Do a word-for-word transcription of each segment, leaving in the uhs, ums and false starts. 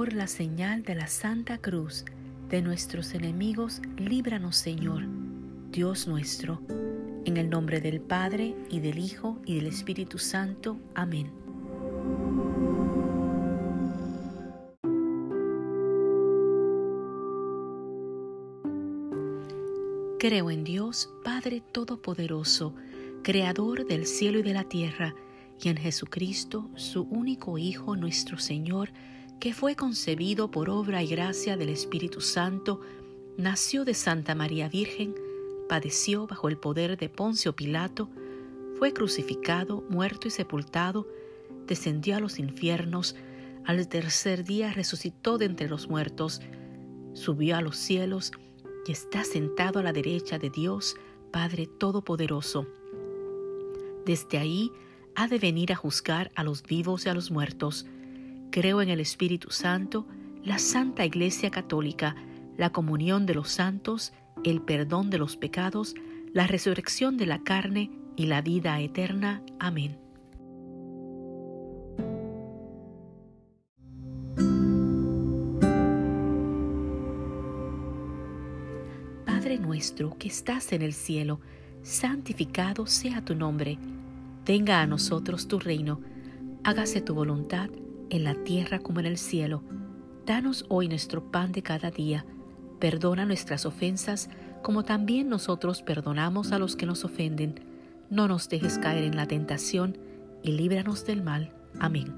Por la señal de la Santa Cruz de nuestros enemigos, líbranos, Señor, Dios nuestro. En el nombre del Padre, y del Hijo, y del Espíritu Santo. Amén. Creo en Dios, Padre Todopoderoso, Creador del cielo y de la tierra, y en Jesucristo, su único Hijo, nuestro Señor, que fue concebido por obra y gracia del Espíritu Santo, nació de Santa María Virgen, padeció bajo el poder de Poncio Pilato, fue crucificado, muerto y sepultado, descendió a los infiernos, al tercer día resucitó de entre los muertos, subió a los cielos y está sentado a la derecha de Dios, Padre Todopoderoso. Desde ahí ha de venir a juzgar a los vivos y a los muertos. Creo en el Espíritu Santo, la Santa Iglesia Católica, la comunión de los santos, el perdón de los pecados, la resurrección de la carne y la vida eterna. Amén. Padre nuestro que estás en el cielo, santificado sea tu nombre. Venga a nosotros tu reino. Hágase tu voluntad en la tierra como en el cielo. Danos hoy nuestro pan de cada día. Perdona nuestras ofensas, como también nosotros perdonamos a los que nos ofenden. No nos dejes caer en la tentación, y líbranos del mal. Amén.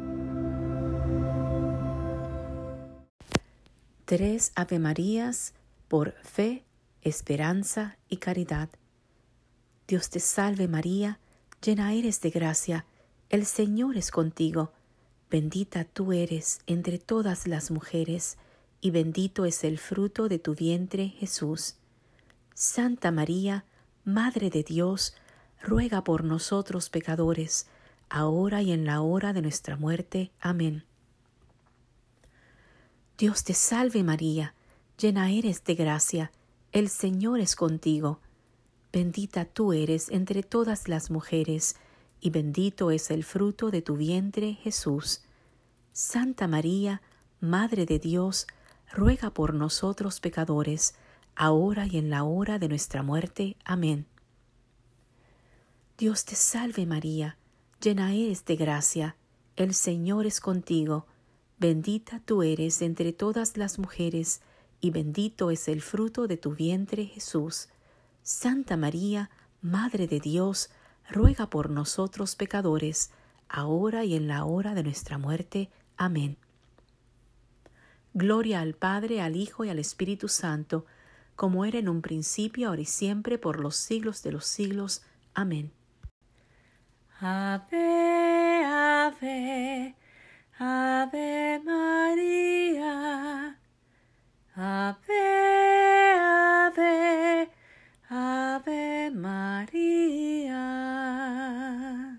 Tres Ave Marías por fe, esperanza y caridad. Dios te salve María, llena eres de gracia, el Señor es contigo. Bendita tú eres entre todas las mujeres, y bendito es el fruto de tu vientre, Jesús. Santa María, Madre de Dios, ruega por nosotros pecadores, ahora y en la hora de nuestra muerte. Amén. Dios te salve María, llena eres de gracia, el Señor es contigo. Bendita tú eres entre todas las mujeres, y bendito es el fruto de tu vientre, Jesús. Santa María, Madre de Dios, ruega por nosotros pecadores, ahora y en la hora de nuestra muerte. Amén. Dios te salve María, llena eres de gracia, el Señor es contigo. Bendita tú eres entre todas las mujeres, y bendito es el fruto de tu vientre, Jesús. Santa María, Madre de Dios, ruega por nosotros pecadores, ahora y en la hora de nuestra muerte. Amén. Gloria al Padre, al Hijo y al Espíritu Santo, como era en un principio, ahora y siempre, por los siglos de los siglos. Amén. Ave, ave, ave María. Ave, ave, ave María.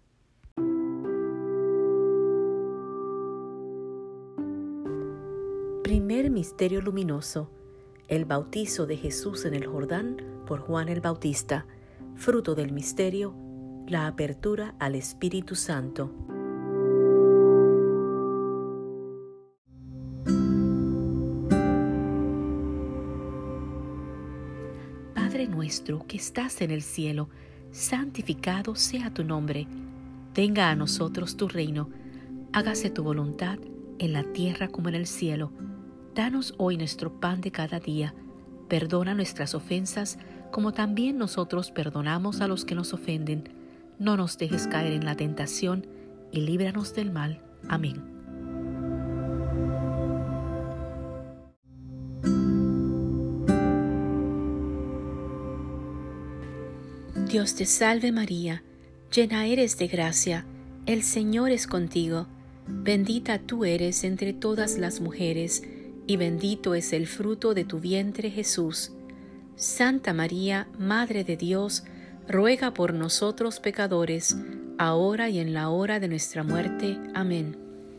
Primer misterio luminoso: el bautizo de Jesús en el Jordán por Juan el Bautista. Fruto del misterio: la apertura al Espíritu Santo. Padre nuestro que estás en el cielo, santificado sea tu nombre. Venga a nosotros tu reino. Hágase tu voluntad en la tierra como en el cielo. Danos hoy nuestro pan de cada día. Perdona nuestras ofensas, como también nosotros perdonamos a los que nos ofenden. No nos dejes caer en la tentación, y líbranos del mal. Amén. Dios te salve María, llena eres de gracia, el Señor es contigo. Bendita tú eres entre todas las mujeres, y bendito es el fruto de tu vientre, Jesús. Santa María, Madre de Dios, ruega por nosotros pecadores, ahora y en la hora de nuestra muerte. Amén.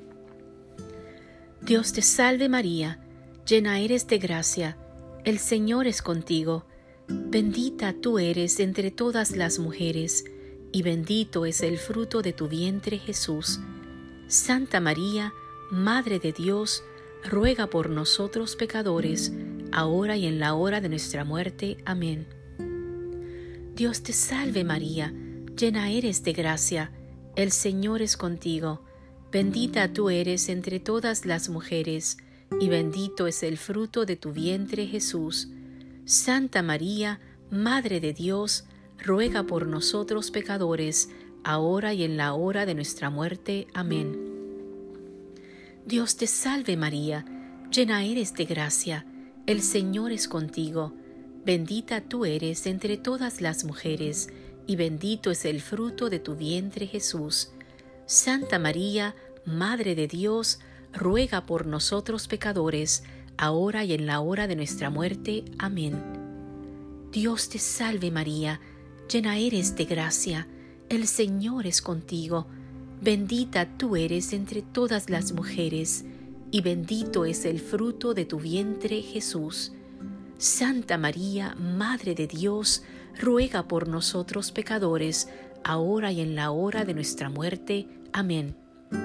Dios te salve María, llena eres de gracia, el Señor es contigo. Bendita tú eres entre todas las mujeres, y bendito es el fruto de tu vientre, Jesús. Santa María, Madre de Dios, ruega por nosotros pecadores, ahora y en la hora de nuestra muerte. Amén. Dios te salve María, llena eres de gracia, el Señor es contigo. Bendita tú eres entre todas las mujeres, y bendito es el fruto de tu vientre Jesús. Santa María, Madre de Dios, ruega por nosotros pecadores, ahora y en la hora de nuestra muerte. Amén. Dios te salve María, llena eres de gracia, el Señor es contigo. Bendita tú eres entre todas las mujeres, y bendito es el fruto de tu vientre Jesús. Santa María, Madre de Dios, ruega por nosotros pecadores, ahora y en la hora de nuestra muerte. Amén. Dios te salve María, llena eres de gracia, el Señor es contigo. Bendita tú eres entre todas las mujeres, y bendito es el fruto de tu vientre Jesús. Santa María, Madre de Dios, ruega por nosotros pecadores, ahora y en la hora de nuestra muerte. Amén.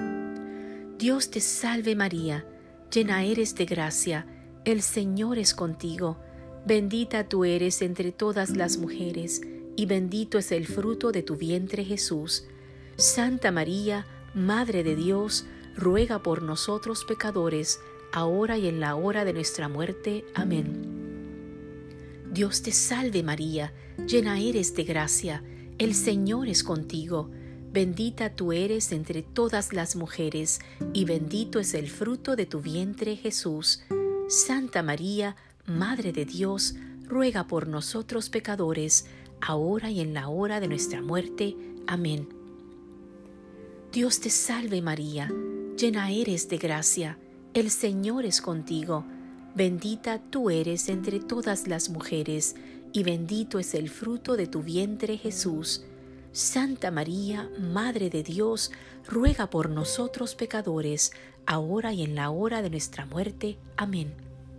Dios te salve María, llena eres de gracia, el Señor es contigo. Bendita tú eres entre todas las mujeres, y bendito es el fruto de tu vientre Jesús. Santa María, Madre de Dios, ruega por nosotros pecadores, ahora y en la hora de nuestra muerte. Amén. Dios te salve María, llena eres de gracia, el Señor es contigo. Bendita tú eres entre todas las mujeres, y bendito es el fruto de tu vientre Jesús. Santa María, Madre de Dios, ruega por nosotros pecadores, ahora y en la hora de nuestra muerte. Amén. Dios te salve María, llena eres de gracia, el Señor es contigo. Bendita tú eres entre todas las mujeres, y bendito es el fruto de tu vientre Jesús. Santa María, Madre de Dios, ruega por nosotros pecadores, ahora y en la hora de nuestra muerte. Amén.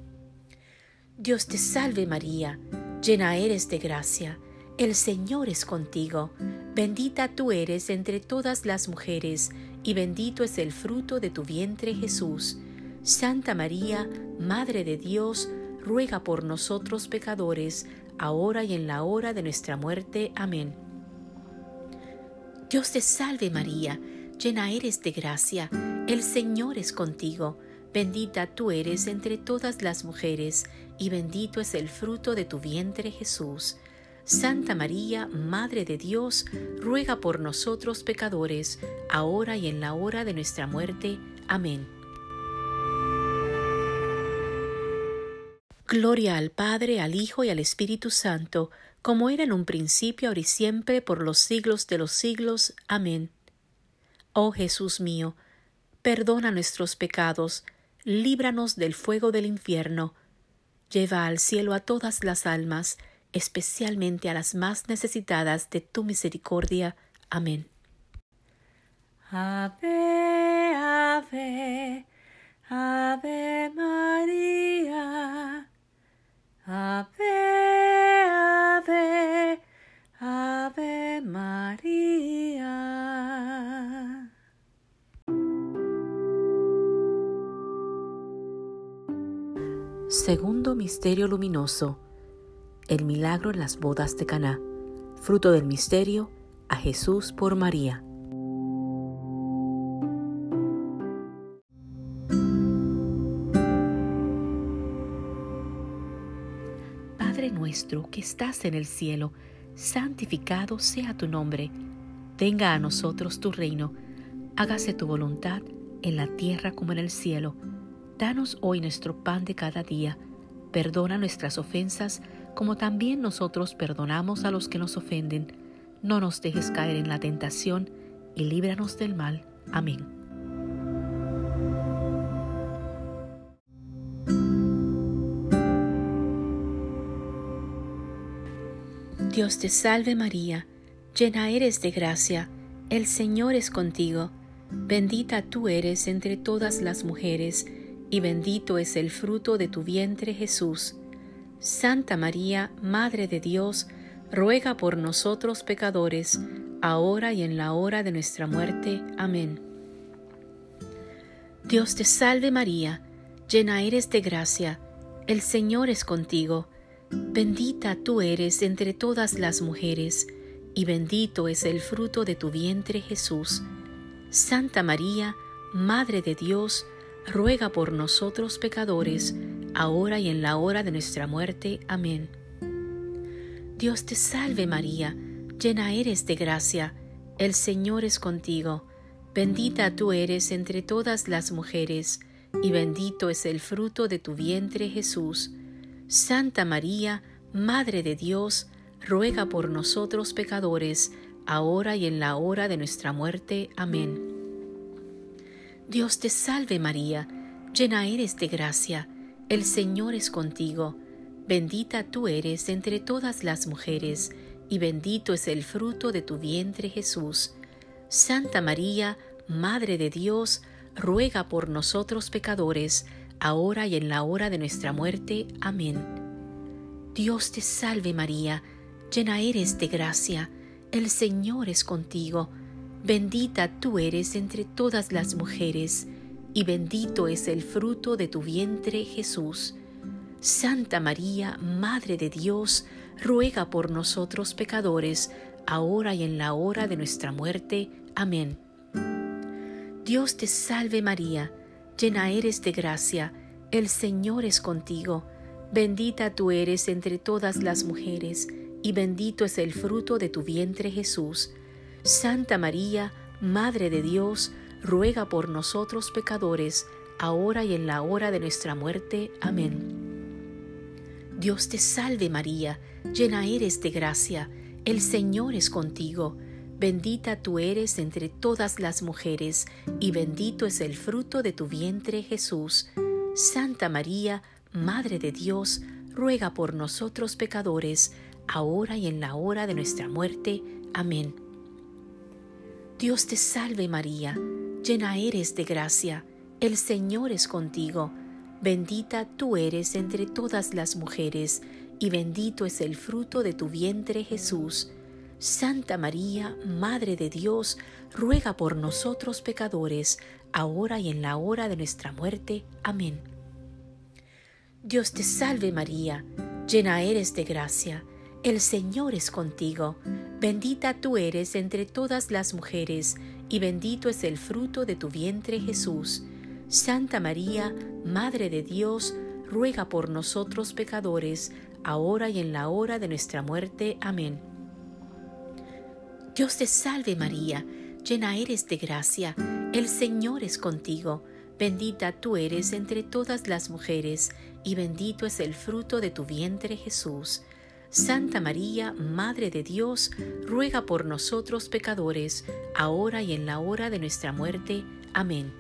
Dios te salve María, llena eres de gracia, el Señor es contigo. Bendita tú eres entre todas las mujeres, y bendito es el fruto de tu vientre Jesús. Santa María, Madre de Dios, ruega por nosotros pecadores, ahora y en la hora de nuestra muerte. Amén. Dios te salve María, llena eres de gracia, el Señor es contigo. Bendita tú eres entre todas las mujeres, y bendito es el fruto de tu vientre Jesús. Santa María, Madre de Dios, ruega por nosotros pecadores, ahora y en la hora de nuestra muerte. Amén. Gloria al Padre, al Hijo y al Espíritu Santo, como era en un principio, ahora y siempre, por los siglos de los siglos. Amén. Oh Jesús mío, perdona nuestros pecados, líbranos del fuego del infierno, lleva al cielo a todas las almas, especialmente a las más necesitadas de tu misericordia. Amén. Ave, ave, ave María. Ave, ave, ave María. Segundo misterio luminoso: el milagro en las bodas de Caná. Fruto del misterio: a Jesús por María. Padre nuestro que estás en el cielo, santificado sea tu nombre. Venga a nosotros tu reino. Hágase tu voluntad en la tierra como en el cielo. Danos hoy nuestro pan de cada día. Perdona nuestras ofensas, como también nosotros perdonamos a los que nos ofenden. No nos dejes caer en la tentación, y líbranos del mal. Amén. Dios te salve María, llena eres de gracia, el Señor es contigo. Bendita tú eres entre todas las mujeres, y bendito es el fruto de tu vientre Jesús. Santa María, Madre de Dios, ruega por nosotros pecadores, ahora y en la hora de nuestra muerte. Amén. Dios te salve María, llena eres de gracia, el Señor es contigo. Bendita tú eres entre todas las mujeres, y bendito es el fruto de tu vientre Jesús. Santa María, Madre de Dios, ruega por nosotros pecadores, ahora y en la hora de nuestra muerte. Amén. Dios te salve María, llena eres de gracia, el Señor es contigo. Bendita tú eres entre todas las mujeres, y bendito es el fruto de tu vientre Jesús. Santa María, Madre de Dios, ruega por nosotros pecadores, ahora y en la hora de nuestra muerte. Amén. Dios te salve María, llena eres de gracia, el Señor es contigo. Bendita tú eres entre todas las mujeres, y bendito es el fruto de tu vientre Jesús. Santa María, Madre de Dios, ruega por nosotros pecadores, ahora y en la hora de nuestra muerte. Amén. Dios te salve María, llena eres de gracia, el Señor es contigo. Bendita tú eres entre todas las mujeres, y bendito es el fruto de tu vientre Jesús. Santa María, Madre de Dios, ruega por nosotros pecadores, ahora y en la hora de nuestra muerte. Amén. Dios te salve María, llena eres de gracia, el Señor es contigo. Bendita tú eres entre todas las mujeres, y bendito es el fruto de tu vientre Jesús. Santa María, Madre de Dios, ruega por nosotros pecadores, ahora y en la hora de nuestra muerte. Amén. Dios te salve María, llena eres de gracia, el Señor es contigo. Bendita tú eres entre todas las mujeres, y bendito es el fruto de tu vientre Jesús. Santa María, Madre de Dios, ruega por nosotros pecadores, ahora y en la hora de nuestra muerte. Amén. Dios te salve María, llena eres de gracia, el Señor es contigo. Bendita tú eres entre todas las mujeres, y bendito es el fruto de tu vientre Jesús. Santa María, Madre de Dios, ruega por nosotros pecadores, ahora y en la hora de nuestra muerte. Amén. Dios te salve María, llena eres de gracia, el Señor es contigo. Bendita tú eres entre todas las mujeres, y bendito es el fruto de tu vientre Jesús. Santa María, Madre de Dios, ruega por nosotros pecadores, ahora y en la hora de nuestra muerte. Amén. Dios te salve María, llena eres de gracia, el Señor es contigo. Bendita tú eres entre todas las mujeres, y bendito es el fruto de tu vientre Jesús. Santa María, Madre de Dios, ruega por nosotros pecadores, ahora y en la hora de nuestra muerte. Amén.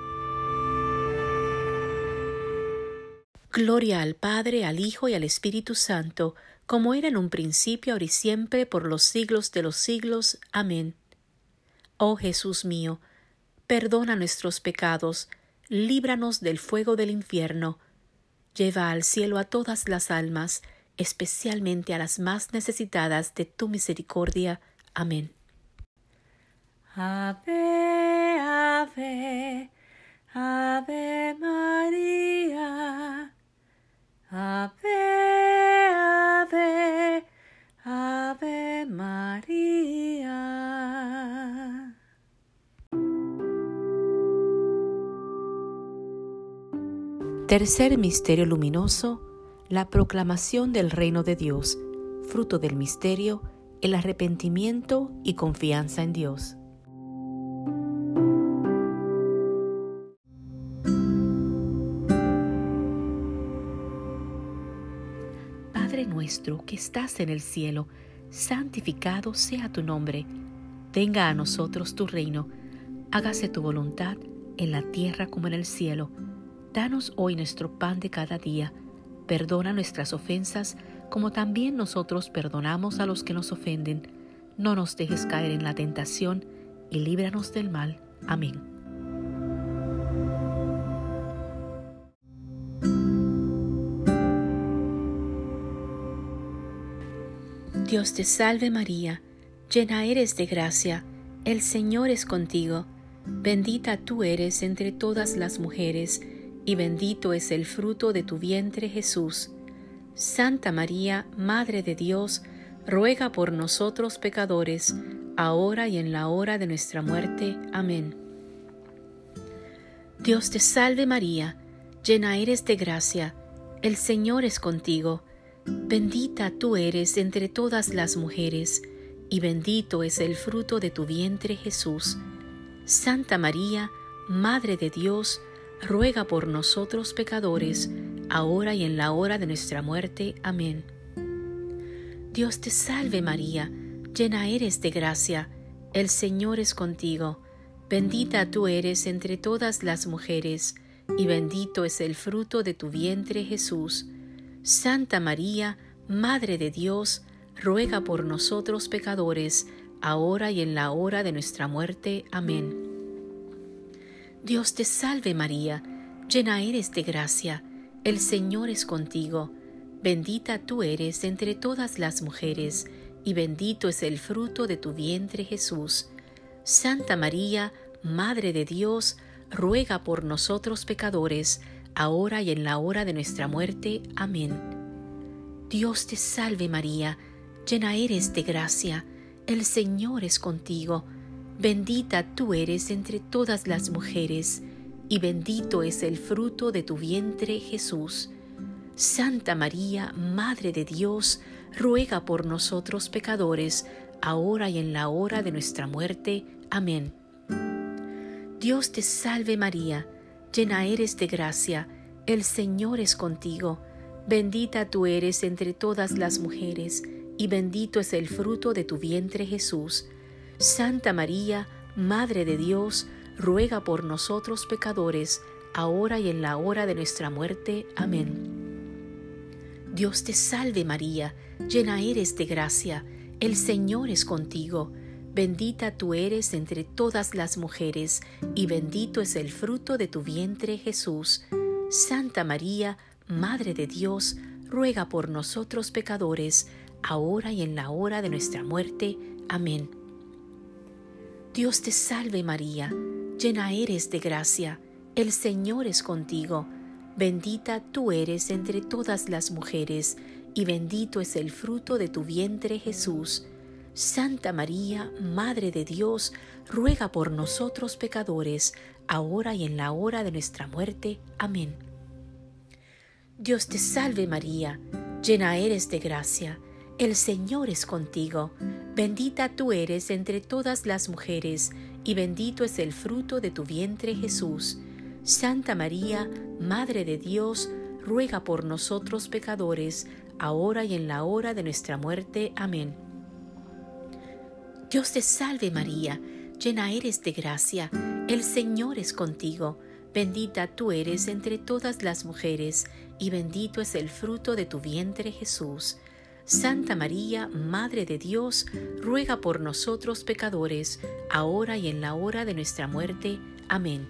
Gloria al Padre, al Hijo y al Espíritu Santo, como era en un principio, ahora y siempre, por los siglos de los siglos. Amén. Oh Jesús mío, perdona nuestros pecados, líbranos del fuego del infierno, lleva al cielo a todas las almas, especialmente a las más necesitadas de tu misericordia. Amén. Ave, ave, ave María. Ave, ave, ave María. Tercer misterio luminoso, la proclamación del reino de Dios. Fruto del misterio, el arrepentimiento y confianza en Dios. Padre nuestro que estás en el cielo, santificado sea tu nombre. Venga a nosotros tu reino. Hágase tu voluntad en la tierra como en el cielo. Danos hoy nuestro pan de cada día. Perdona nuestras ofensas, como también nosotros perdonamos a los que nos ofenden. No nos dejes caer en la tentación, y líbranos del mal. Amén. Dios te salve María, llena eres de gracia, el Señor es contigo. bendita tú eres entre todas las mujeres, y bendito es el fruto de tu vientre, Jesús. Santa María, Madre de Dios, ruega por nosotros pecadores, ahora y en la hora de nuestra muerte. Amén. Dios te salve María, llena eres de gracia, el Señor es contigo. Bendita tú eres entre todas las mujeres, y bendito es el fruto de tu vientre, Jesús. Santa María, Madre de Dios, ruega por nosotros pecadores, ahora y en la hora de nuestra muerte. Amén. Dios te salve María, llena eres de gracia, el Señor es contigo. Bendita tú eres entre todas las mujeres, y bendito es el fruto de tu vientre, Jesús. Santa María, Madre de Dios, ruega por nosotros pecadores, ahora y en la hora de nuestra muerte. Amén. Dios te salve María, llena eres de gracia, el Señor es contigo. Bendita tú eres entre todas las mujeres, y bendito es el fruto de tu vientre, Jesús. Santa María, Madre de Dios, ruega por nosotros pecadores, ahora y en la hora de nuestra muerte. Amén. Dios te salve María, llena eres de gracia, el Señor es contigo. Bendita tú eres entre todas las mujeres, y bendito es el fruto de tu vientre, Jesús. Santa María, Madre de Dios, ruega por nosotros pecadores, ahora y en la hora de nuestra muerte. Amén. Dios te salve María, llena eres de gracia, el Señor es contigo. Bendita tú eres entre todas las mujeres, y bendito es el fruto de tu vientre, Jesús. Santa María, Madre de Dios, ruega por nosotros pecadores, ahora y en la hora de nuestra muerte. Amén. Dios te salve María, llena eres de gracia, el Señor es contigo. Bendita tú eres entre todas las mujeres, y bendito es el fruto de tu vientre, Jesús. Santa María, Madre de Dios, ruega por nosotros pecadores, ahora y en la hora de nuestra muerte. Amén. Dios te salve María, llena eres de gracia, el Señor es contigo. Bendita tú eres entre todas las mujeres, y bendito es el fruto de tu vientre, Jesús. Santa María, Madre de Dios, ruega por nosotros pecadores, ahora y en la hora de nuestra muerte. Amén. Dios te salve María, llena eres de gracia, el Señor es contigo. Bendita tú eres entre todas las mujeres, y bendito es el fruto de tu vientre, Jesús. Santa María, Madre de Dios, ruega por nosotros pecadores, ahora y en la hora de nuestra muerte. Amén. Dios te salve María, llena eres de gracia, el Señor es contigo. Bendita tú eres entre todas las mujeres, y bendito es el fruto de tu vientre, Jesús. Santa María, Madre de Dios, ruega por nosotros pecadores, ahora y en la hora de nuestra muerte. Amén.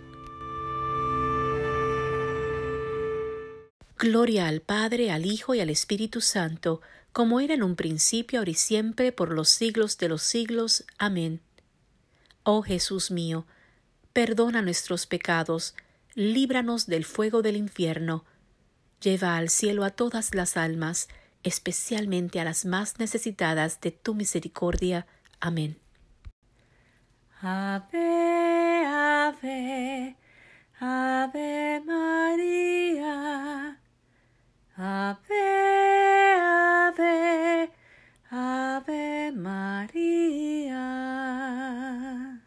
Gloria al Padre, al Hijo y al Espíritu Santo, como era en un principio, ahora y siempre, por los siglos de los siglos. Amén. Oh Jesús mío, perdona nuestros pecados, líbranos del fuego del infierno, lleva al cielo a todas las almas, especialmente a las más necesitadas de tu misericordia. Amén. Ave, ave, ave María. Ave, ave, ave María.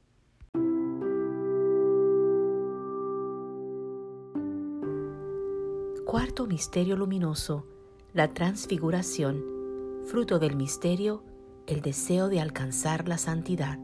Cuarto misterio luminoso, la transfiguración. Fruto del misterio, el deseo de alcanzar la santidad.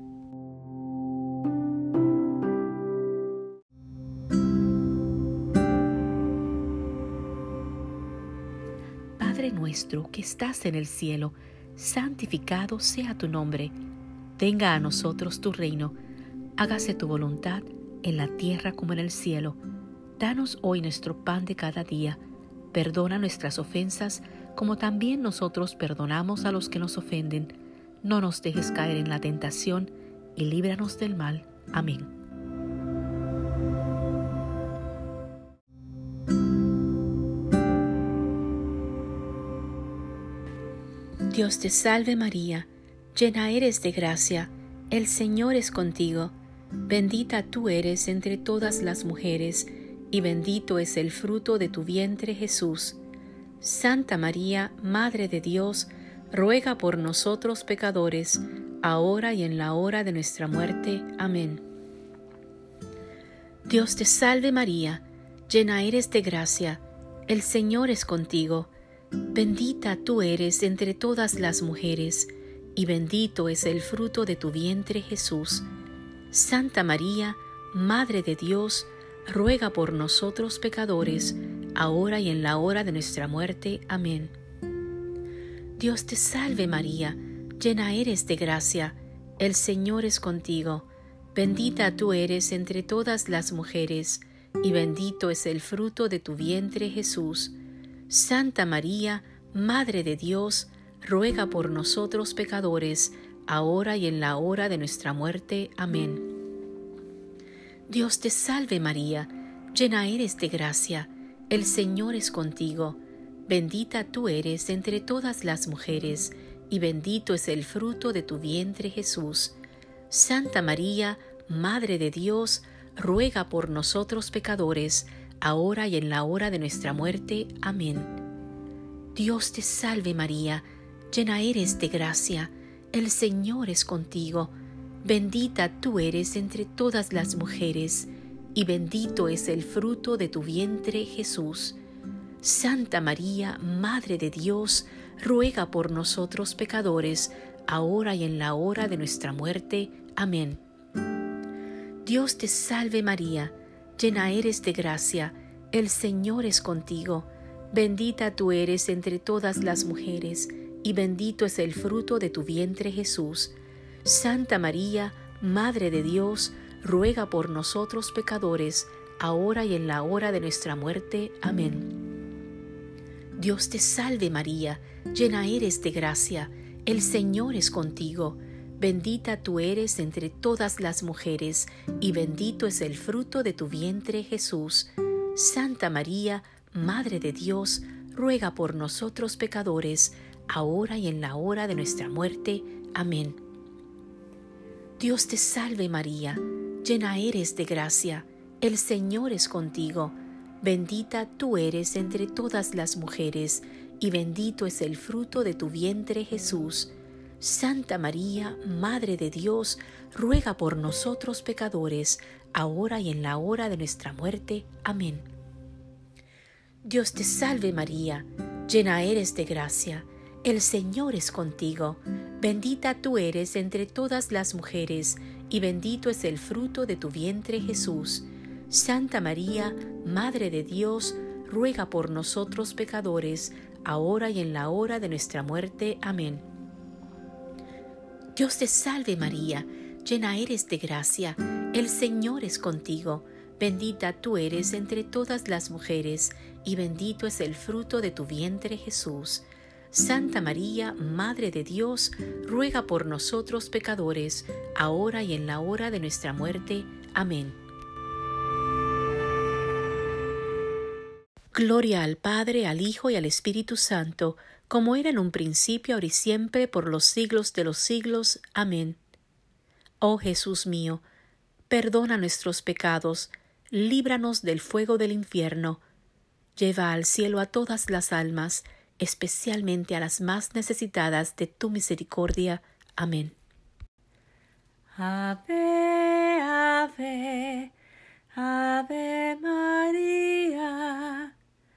Padre nuestro que estás en el cielo, santificado sea tu nombre. Venga a nosotros tu reino. Hágase tu voluntad en la tierra como en el cielo. Danos hoy nuestro pan de cada día. Perdona nuestras ofensas, como también nosotros perdonamos a los que nos ofenden. No nos dejes caer en la tentación, y líbranos del mal. Amén. Dios te salve María, llena eres de gracia, el Señor es contigo. Bendita tú eres entre todas las mujeres, y bendito es el fruto de tu vientre Jesús. Santa María, Madre de Dios, ruega por nosotros pecadores, ahora y en la hora de nuestra muerte. Amén. Dios te salve María, llena eres de gracia, el Señor es contigo. Bendita tú eres entre todas las mujeres, y bendito es el fruto de tu vientre Jesús. Santa María, Madre de Dios, ruega por nosotros pecadores, ahora y en la hora de nuestra muerte. Amén. Dios te salve María, llena eres de gracia, el Señor es contigo. Bendita tú eres entre todas las mujeres, y bendito es el fruto de tu vientre Jesús. Santa María, Madre de Dios, ruega por nosotros pecadores, ahora y en la hora de nuestra muerte. Amén. Dios te salve María, llena eres de gracia, el Señor es contigo. Bendita tú eres entre todas las mujeres, y bendito es el fruto de tu vientre Jesús. Santa María, Madre de Dios, ruega por nosotros pecadores, ahora y en la hora de nuestra muerte. Amén. Dios te salve María, llena eres de gracia, el Señor es contigo. Bendita tú eres entre todas las mujeres, y bendito es el fruto de tu vientre Jesús. Santa María, Madre de Dios, ruega por nosotros pecadores, ahora y en la hora de nuestra muerte. Amén. Dios te salve María, llena eres de gracia, el Señor es contigo. Bendita tú eres entre todas las mujeres, y bendito es el fruto de tu vientre Jesús. Santa María, Madre de Dios, ruega por nosotros pecadores, ahora y en la hora de nuestra muerte. Amén. Dios te salve María, llena eres de gracia, el Señor es contigo. Bendita tú eres entre todas las mujeres, y bendito es el fruto de tu vientre Jesús. Santa María, Madre de Dios, ruega por nosotros pecadores, ahora y en la hora de nuestra muerte. Amén. Dios te salve María, llena eres de gracia, el Señor es contigo. Bendita tú eres entre todas las mujeres, y bendito es el fruto de tu vientre Jesús. Santa María, Madre de Dios, ruega por nosotros pecadores, ahora y en la hora de nuestra muerte. Amén. Dios te salve María, llena eres de gracia, el Señor es contigo. Bendita tú eres entre todas las mujeres, y bendito es el fruto de tu vientre Jesús. Santa María, Madre de Dios, ruega por nosotros pecadores, ahora y en la hora de nuestra muerte. Amén. Dios te salve María, llena eres de gracia, el Señor es contigo. Bendita tú eres entre todas las mujeres, y bendito es el fruto de tu vientre Jesús. Santa María, Madre de Dios, ruega por nosotros pecadores, ahora y en la hora de nuestra muerte. Amén. Gloria al Padre, al Hijo y al Espíritu Santo, como era en un principio, ahora y siempre, por los siglos de los siglos. Amén. Oh Jesús mío, perdona nuestros pecados, líbranos del fuego del infierno, lleva al cielo a todas las almas, especialmente a las más necesitadas de tu misericordia. Amén. Ave, ave, ave María.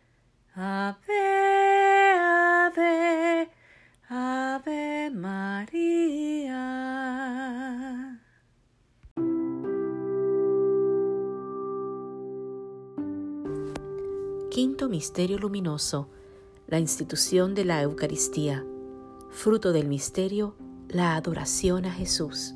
Ave, ave, ave María. Quinto misterio luminoso: la institución de la Eucaristía. Fruto del misterio, la adoración a Jesús.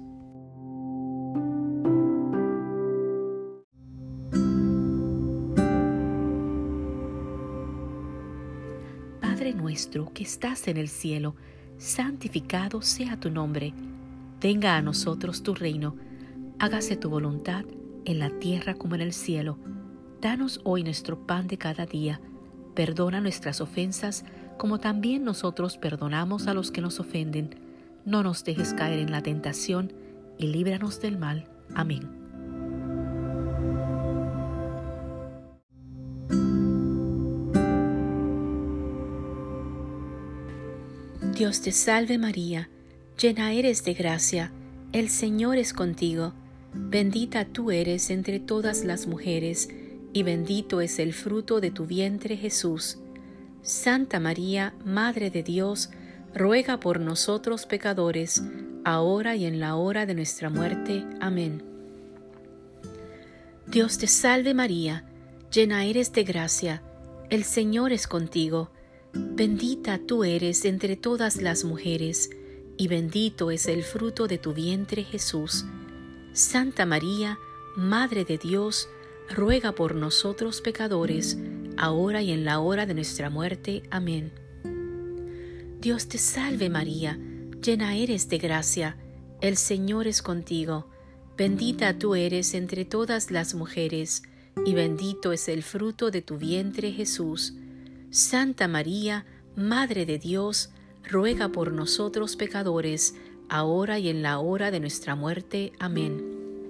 Padre nuestro que estás en el cielo, santificado sea tu nombre. Venga a nosotros tu reino. Hágase tu voluntad en la tierra como en el cielo. Danos hoy nuestro pan de cada día. Perdona nuestras ofensas, como también nosotros perdonamos a los que nos ofenden. No nos dejes caer en la tentación, y líbranos del mal. Amén. Dios te salve María, llena eres de gracia, el Señor es contigo. Bendita tú eres entre todas las mujeres, y bendito es el fruto de tu vientre Jesús. Santa María, Madre de Dios, ruega por nosotros pecadores, ahora y en la hora de nuestra muerte. Amén. Dios te salve María, llena eres de gracia, el Señor es contigo. Bendita tú eres entre todas las mujeres, y bendito es el fruto de tu vientre Jesús. Santa María, Madre de Dios, ruega por nosotros pecadores, ahora y en la hora de nuestra muerte. Amén. Dios te salve María, llena eres de gracia, el Señor es contigo. Bendita tú eres entre todas las mujeres, y bendito es el fruto de tu vientre Jesús. Santa María, Madre de Dios, ruega por nosotros pecadores, ahora y en la hora de nuestra muerte. Amén.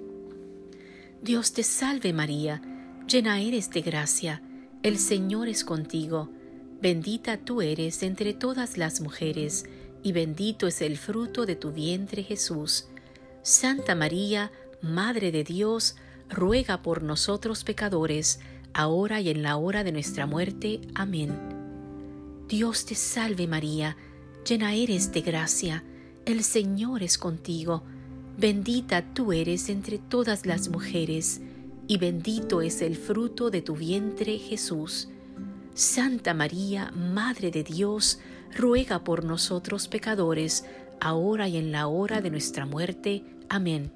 Dios te salve María, llena eres de gracia, el Señor es contigo. Bendita tú eres entre todas las mujeres, y bendito es el fruto de tu vientre Jesús. Santa María, Madre de Dios, ruega por nosotros pecadores, ahora y en la hora de nuestra muerte. Amén. Dios te salve María, llena eres de gracia, el Señor es contigo. Bendita tú eres entre todas las mujeres, y bendito es el fruto de tu vientre Jesús. Santa María, Madre de Dios, ruega por nosotros pecadores, ahora y en la hora de nuestra muerte. Amén.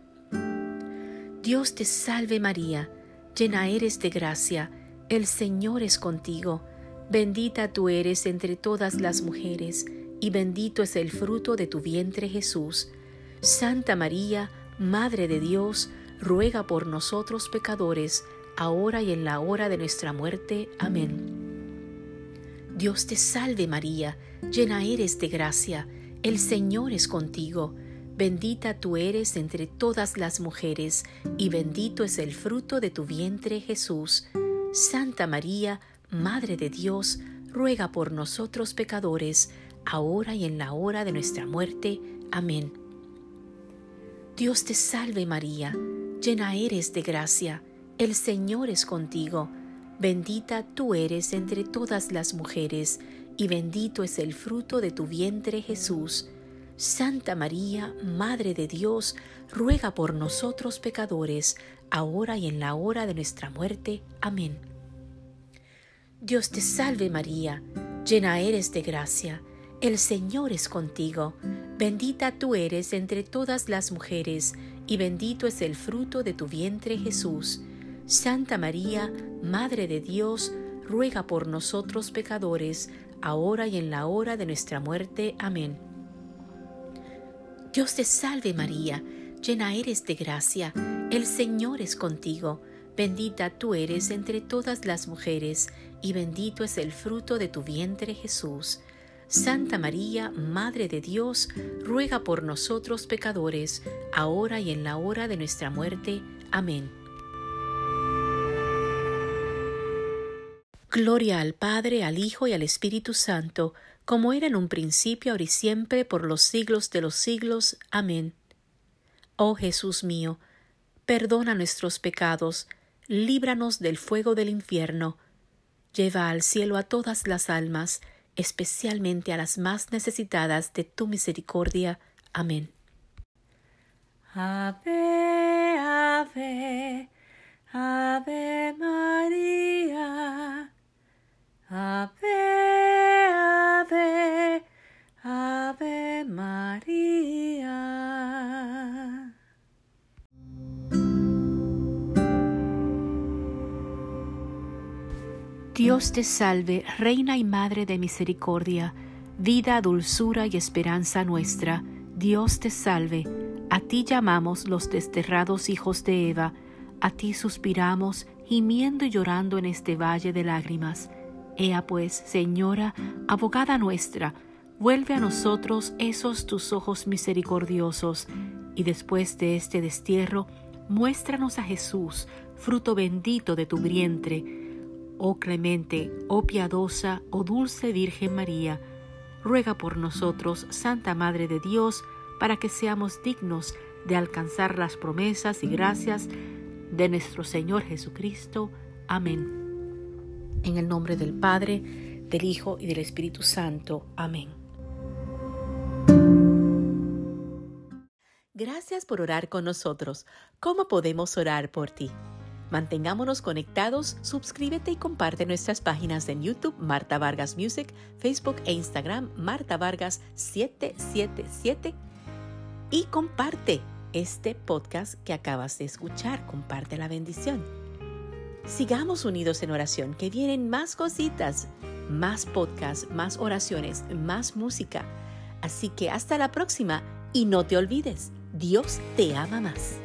Dios te salve María, llena eres de gracia, el Señor es contigo. Bendita tú eres entre todas las mujeres, y bendito es el fruto de tu vientre Jesús. Santa María, Madre de Dios, ruega por nosotros pecadores, ahora y en la hora de nuestra muerte. Amén. Dios te salve María, llena eres de gracia, el Señor es contigo. Bendita tú eres entre todas las mujeres, y bendito es el fruto de tu vientre Jesús. Santa María, Madre de Dios, ruega por nosotros pecadores, ahora y en la hora de nuestra muerte. Amén. Dios te salve María, llena eres de gracia, el Señor es contigo. Bendita tú eres entre todas las mujeres, y bendito es el fruto de tu vientre Jesús. Santa María, Madre de Dios, ruega por nosotros pecadores, ahora y en la hora de nuestra muerte. Amén. Dios te salve María, llena eres de gracia, el Señor es contigo. Bendita tú eres entre todas las mujeres, y bendito es el fruto de tu vientre Jesús. Santa María, Madre de Dios, ruega por nosotros pecadores, ahora y en la hora de nuestra muerte. Amén. Dios te salve María, llena eres de gracia, el Señor es contigo. Bendita tú eres entre todas las mujeres, y bendito es el fruto de tu vientre Jesús. Santa María, Madre de Dios, ruega por nosotros pecadores, ahora y en la hora de nuestra muerte. Amén. Gloria al Padre, al Hijo y al Espíritu Santo, como era en un principio, ahora y siempre, por los siglos de los siglos. Amén. Oh Jesús mío, perdona nuestros pecados, líbranos del fuego del infierno, lleva al cielo a todas las almas, especialmente a las más necesitadas de tu misericordia. Amén. Ave, ave, ave María. Ave, ave, ave María. Dios te salve, Reina y Madre de misericordia, vida, dulzura y esperanza nuestra. Dios te salve. A ti llamamos los desterrados hijos de Eva, a ti suspiramos, gimiendo y llorando en este valle de lágrimas. Ea pues, Señora, abogada nuestra, vuelve a nosotros esos tus ojos misericordiosos, y después de este destierro, muéstranos a Jesús, fruto bendito de tu vientre. Oh clemente, oh piadosa, oh dulce Virgen María, ruega por nosotros, Santa Madre de Dios, para que seamos dignos de alcanzar las promesas y gracias de nuestro Señor Jesucristo. Amén. En el nombre del Padre, del Hijo y del Espíritu Santo. Amén. Gracias por orar con nosotros. ¿Cómo podemos orar por ti? Mantengámonos conectados, suscríbete y comparte nuestras páginas en YouTube, Marta Vargas Music, Facebook e Instagram, Marta Vargas siete siete siete. Y comparte este podcast que acabas de escuchar. Comparte la bendición. Sigamos unidos en oración, que vienen más cositas, más podcasts, más oraciones, más música. Así que hasta la próxima y no te olvides, Dios te ama más.